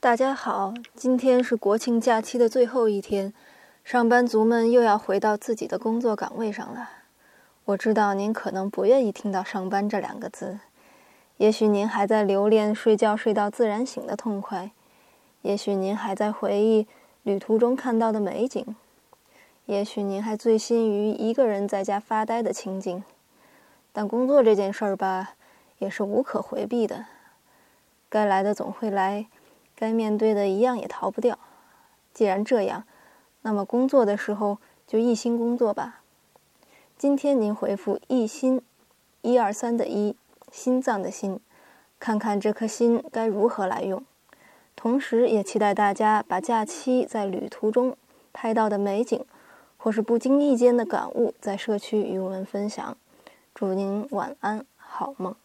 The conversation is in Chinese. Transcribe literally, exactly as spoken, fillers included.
大家好，今天是国庆假期的最后一天，上班族们又要回到自己的工作岗位上了。我知道您可能不愿意听到上班这两个字，也许您还在留恋睡觉睡到自然醒的痛快，也许您还在回忆旅途中看到的美景，也许您还醉心于一个人在家发呆的情景。但工作这件事儿吧，也是无可回避的，该来的总会来，该面对的一样也逃不掉。既然这样，那么工作的时候就一心工作吧。今天您回复一心，一二三的一，心脏的心，看看这颗心该如何来用。同时也期待大家把假期在旅途中拍到的美景，或是不经意间的感悟，在社区与我们分享。祝您晚安，好梦。